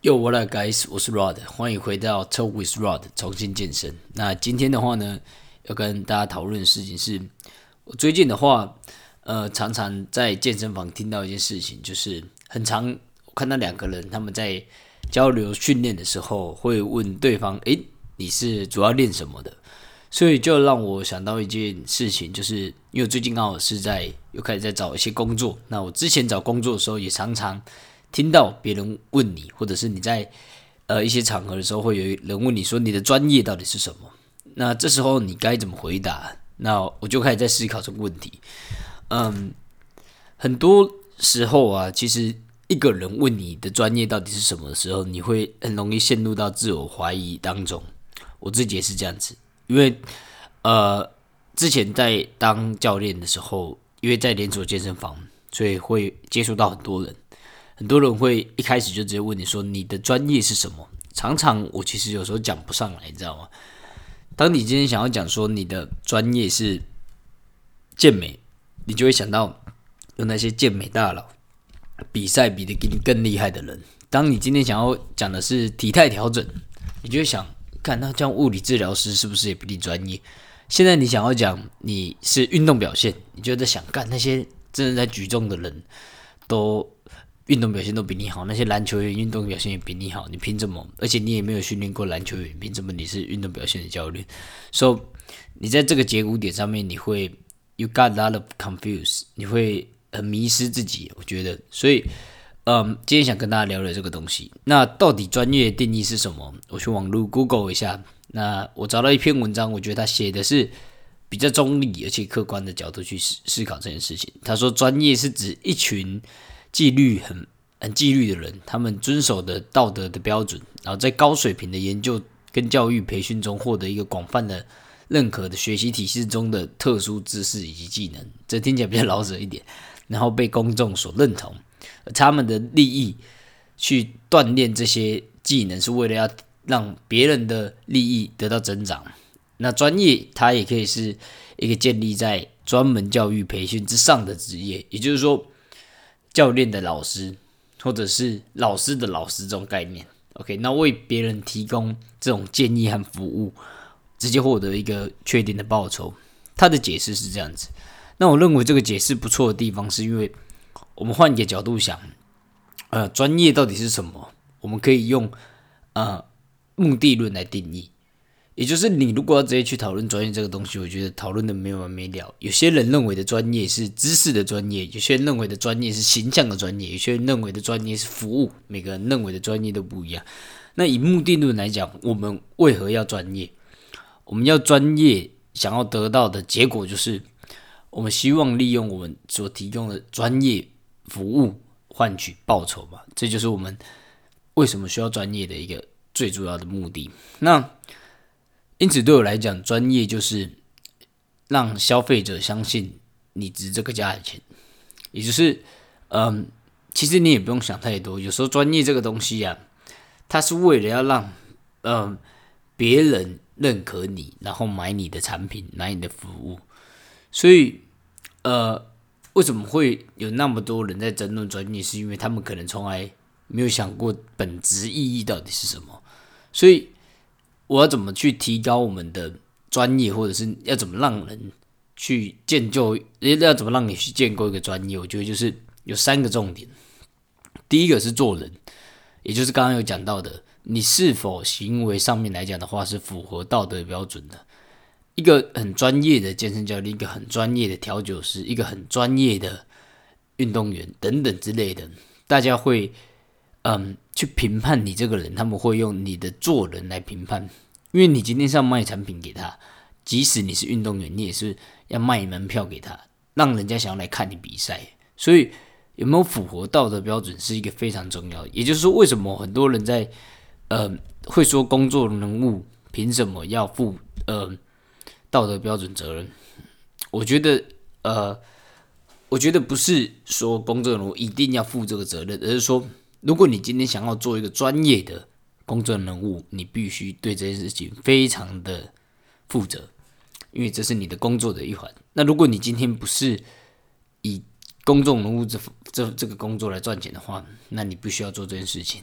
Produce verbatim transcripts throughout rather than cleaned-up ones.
Yo, what up, guys？我是 Rod，欢迎回到 Talk with Rod，重新健身。那今天的话呢，要跟大家讨论的事情是，我最近的话，呃，常常在健身房听到一件事情，就是很常我看到两个人他们在交流训练的时候，会问对方：“诶，你是主要练什么的？”所以就让我想到一件事情，就是因为我最近刚好是在又开始在找一些工作。那我之前找工作的时候，也常常听到别人问你，或者是你在呃一些场合的时候，会有人问你说你的专业到底是什么？那这时候你该怎么回答？那我就开始在思考这个问题。嗯，很多时候啊，其实一个人问你的专业到底是什么的时候，你会很容易陷入到自我怀疑当中。我自己也是这样子，因为呃，之前在当教练的时候，因为在连锁健身房，所以会接触到很多人。很多人会一开始就直接问你说你的专业是什么？常常我其实有时候讲不上来，你知道吗？当你今天想要讲说你的专业是健美，你就会想到有那些健美大佬，比赛比得比你更厉害的人。当你今天想要讲的是体态调整，你就会想，看那这样物理治疗师是不是也比你专业？现在你想要讲你是运动表现，你就在想，干那些真的在举重的人都运动表现都比你好，那些篮球员运动表现也比你好，你凭什么？而且你也没有训练过篮球员，凭什么你是运动表现的教练？So，你在这个节骨点上面，你会 you got a lot of confused，你会很迷失自己，我觉得。所以，嗯，今天想跟大家聊聊这个东西。那到底专业的定义是什么？我去网络 Google 一下，那我找到一篇文章，我觉得他写的是比较中立而且客观的角度去思思考这件事情。他说，专业是指一群纪律很很纪律的人，他们遵守的道德的标准，然后在高水平的研究跟教育培训中获得一个广泛的认可的学习体系中的特殊知识以及技能，这听起来比较老舍一点，然后被公众所认同，而他们的利益去锻炼这些技能，是为了要让别人的利益得到增长。那专业它也可以是一个建立在专门教育培训之上的职业，也就是说，教练的老师，或者是老师的老师这种概念。OK， 那为别人提供这种建议和服务，直接获得一个确定的报酬。他的解释是这样子。那我认为这个解释不错的地方，是因为我们换一个角度想，呃，专业到底是什么？我们可以用呃目的论来定义。也就是你如果要直接去讨论专业这个东西，我觉得讨论的没完没了。有些人认为的专业是知识的专业，有些人认为的专业是形象的专业，有些人认为的专业是服务。每个人认为的专业都不一样。那以目的论来讲，我们为何要专业？我们要专业，想要得到的结果就是，我们希望利用我们所提供的专业服务换取报酬嘛。这就是我们为什么需要专业的一个最主要的目的。那因此，对我来讲，专业就是让消费者相信你值这个价钱，也就是，嗯，其实你也不用想太多。有时候专业这个东西啊，它是为了要让，嗯，别人认可你，然后买你的产品，买你的服务。所以，呃，为什么会有那么多人在争论专业？是因为他们可能从来没有想过本质意义到底是什么，所以。我要怎么去提高我们的专业，或者是要怎么让人去建构，要怎么让你去建构一个专业？我觉得就是有三个重点。第一个是做人，也就是刚刚有讲到的，你是否行为上面来讲的话是符合道德标准的。一个很专业的健身教练，一个很专业的调酒师，一个很专业的运动员等等之类的，大家会嗯去评判你这个人，他们会用你的做人来评判。因为你今天是要卖产品给他，即使你是运动员，你也是要卖门票给他，让人家想要来看你比赛。所以有没有符合道德标准是一个非常重要的。也就是说，为什么很多人在呃会说公众人物凭什么要负呃道德标准责任？我觉得呃，我觉得不是说公众人物一定要负这个责任，而是说，如果你今天想要做一个专业的公众人物，你必须对这件事情非常的负责，因为这是你的工作的一环。那如果你今天不是以公众人物这这这个工作来赚钱的话，那你不需要做这件事情。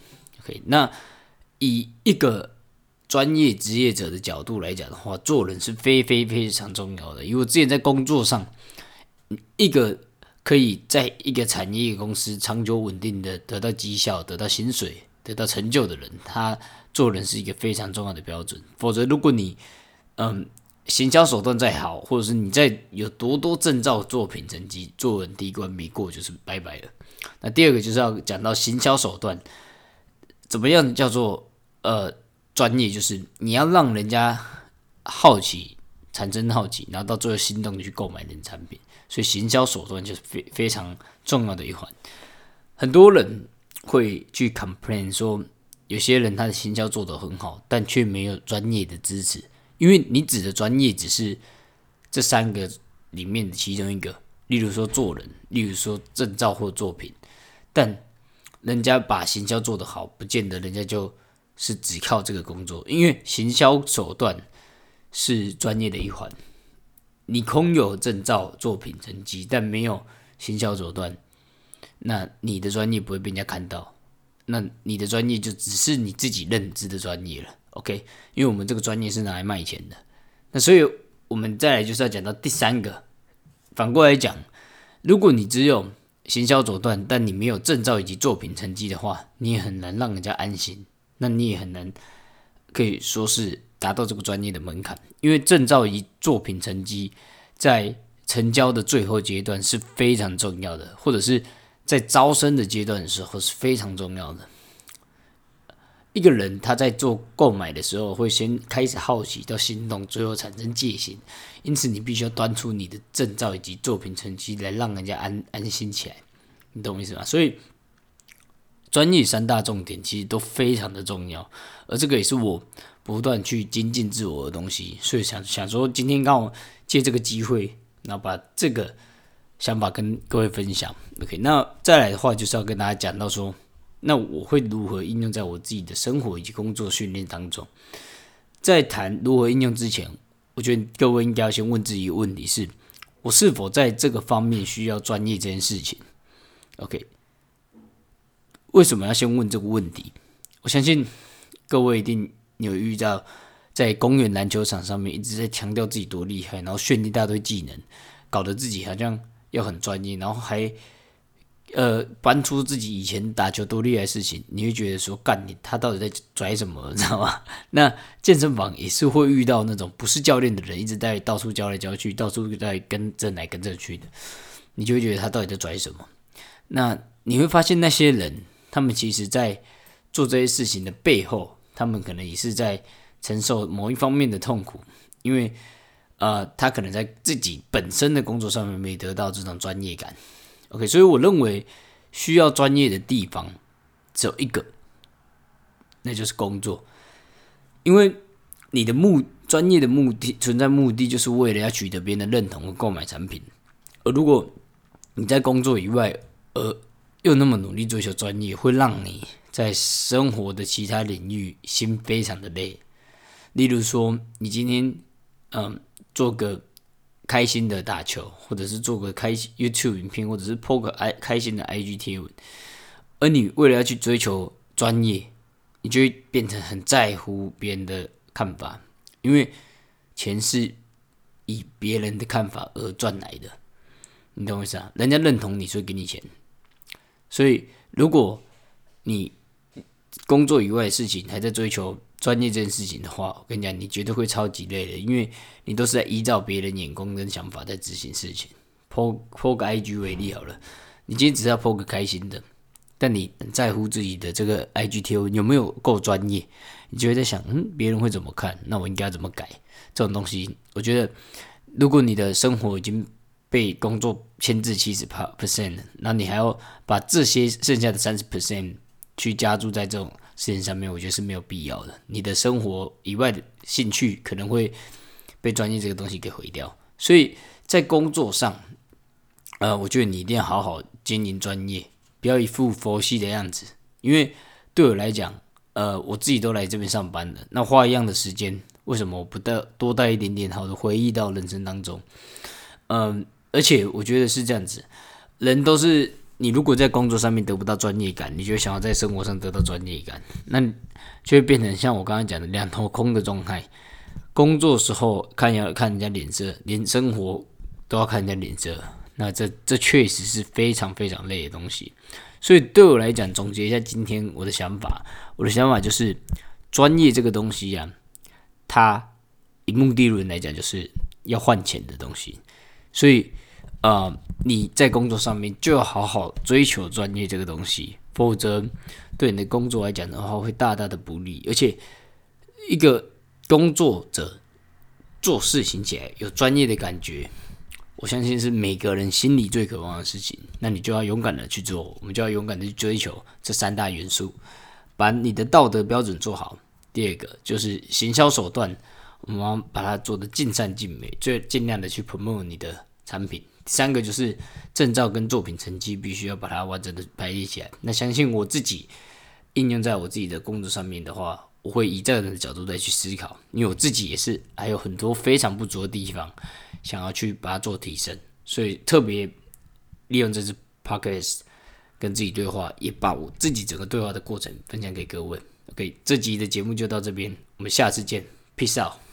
OK， 那以一个专业职业者的角度来讲的话，做人是非非非常重要的。因为我之前在工作上，一个可以在一个产业公司长久稳定的得到绩效、得到薪水、得到成就的人，他做人是一个非常重要的标准。否则，如果你嗯行销手段再好，或者是你再有多多证照、作品成绩，做人第一关没过就是拜拜了。那第二个就是要讲到行销手段，怎么样叫做呃专业，就是你要让人家好奇，产生好奇，然后到最后心动去购买你的产品。所以行销手段就是非非常重要的一环。很多人会去 complain 说，有些人他的行销做得很好，但却没有专业的支持。因为你指的专业只是这三个里面的其中一个，例如说做人，例如说证照或作品。但人家把行销做得好，不见得人家就是只靠这个工作，因为行销手段是专业的一环。你空有证照、作品成绩，但没有行销手段，那你的专业不会被人家看到。那你的专业就只是你自己认知的专业了 ，OK？ 因为我们这个专业是拿来卖钱的。那所以我们再来就是要讲到第三个，反过来讲，如果你只有行销手段，但你没有证照以及作品成绩的话，你也很难让人家安心。那你也很难可以说是达到这个专业的门槛，因为证照以及作品成绩在成交的最后阶段是非常重要的，或者是在招生的阶段的时候是非常重要的。一个人他在做购买的时候会先开始好奇到心动，最后产生戒心，因此你必须要端出你的证照以及作品成绩来让人家安安心起来，你懂我意思吗？所以专业三大重点其实都非常的重要，而这个也是我不断去精进自我的东西，所以想想说今天刚好借这个机会，然后把这个想法跟各位分享。OK， 那再来的话就是要跟大家讲到说，那我会如何应用在我自己的生活以及工作训练当中。在谈如何应用之前，我觉得各位应该要先问自己一个问题是：我是否在这个方面需要专业这件事情 ？OK， 为什么要先问这个问题？我相信各位一定有遇到在公园篮球场上面一直在强调自己多厉害，然后炫一大堆技能，搞得自己好像要很专业，然后还呃搬出自己以前打球多厉害的事情，你会觉得说干你他到底在拽什么，知道吗？那健身房也是会遇到那种不是教练的人，一直在到处教来教去，到处在跟正来跟着去的，你就会觉得他到底在拽什么？那你会发现那些人，他们其实在做这些事情的背后，他们可能也是在承受某一方面的痛苦，因为呃，他可能在自己本身的工作上面没得到这种专业感。OK， 所以我认为需要专业的地方只有一个，那就是工作。因为你的目专业的目的存在目的，就是为了要取得别人的认同和购买产品。而如果你在工作以外，而又那么努力追求专业，会让你在生活的其他领域心非常的累。例如说，你今天嗯做个开心的打球，或者是做个开 YouTube 影片，或者是 po 个开心的 I G 贴文，而你为了要去追求专业，你就会变成很在乎别人的看法，因为钱是以别人的看法而赚来的，你懂我意思啊？人家认同你，所以给你钱。所以，如果你工作以外的事情还在追求专业这件事情的话，我跟你讲，你绝对会超级累的，因为你都是在依照别人眼光跟想法在执行事情。po po 个 I G 为例好了，你今天只是要 po 个开心的，但你很在乎自己的这个 I G 贴文有没有够专业，你就会在想，嗯，别人会怎么看？那我应该要怎么改？这种东西，我觉得，如果你的生活已经被工作牵制 百分之七十 了，那你还要把这些剩下的 百分之三十 去加注在这种事情上面，我觉得是没有必要的。你的生活以外的兴趣可能会被专业这个东西给毁掉，所以在工作上，呃，我觉得你一定要好好经营专业，不要一副佛系的样子。因为对我来讲，呃，我自己都来这边上班了，那花一样的时间，为什么我不带多带一点点好的回忆到人生当中？嗯、呃，而且我觉得是这样子，人都是你如果在工作上面得不到专业感，你就会想要在生活上得到专业感，那就会变成像我刚刚讲的两头空的状态。工作时候看要看人家脸色，连生活都要看人家脸色，那这这确实是非常非常累的东西。所以对我来讲，总结一下今天我的想法，我的想法就是专业这个东西啊，它以目的论来讲，就是要换钱的东西。所以呃，你在工作上面就要好好追求专业这个东西，否则对你的工作来讲的话，会大大的不利。而且一个工作者做事情起来有专业的感觉，我相信是每个人心里最渴望的事情。那你就要勇敢的去做，我们就要勇敢的去追求这三大元素，把你的道德标准做好。第二个就是行销手段，我们要把它做得尽善尽美，最尽量的去 promote 你的产品。第三个就是证照跟作品成绩必须要把它完整的排列起来。那相信我自己应用在我自己的工作上面的话，我会以这样的角度再去思考，因为我自己也是还有很多非常不足的地方，想要去把它做提升，所以特别利用这次 podcast 跟自己对话，也把我自己整个对话的过程分享给各位。OK， 这集的节目就到这边，我们下次见 ，Peace out。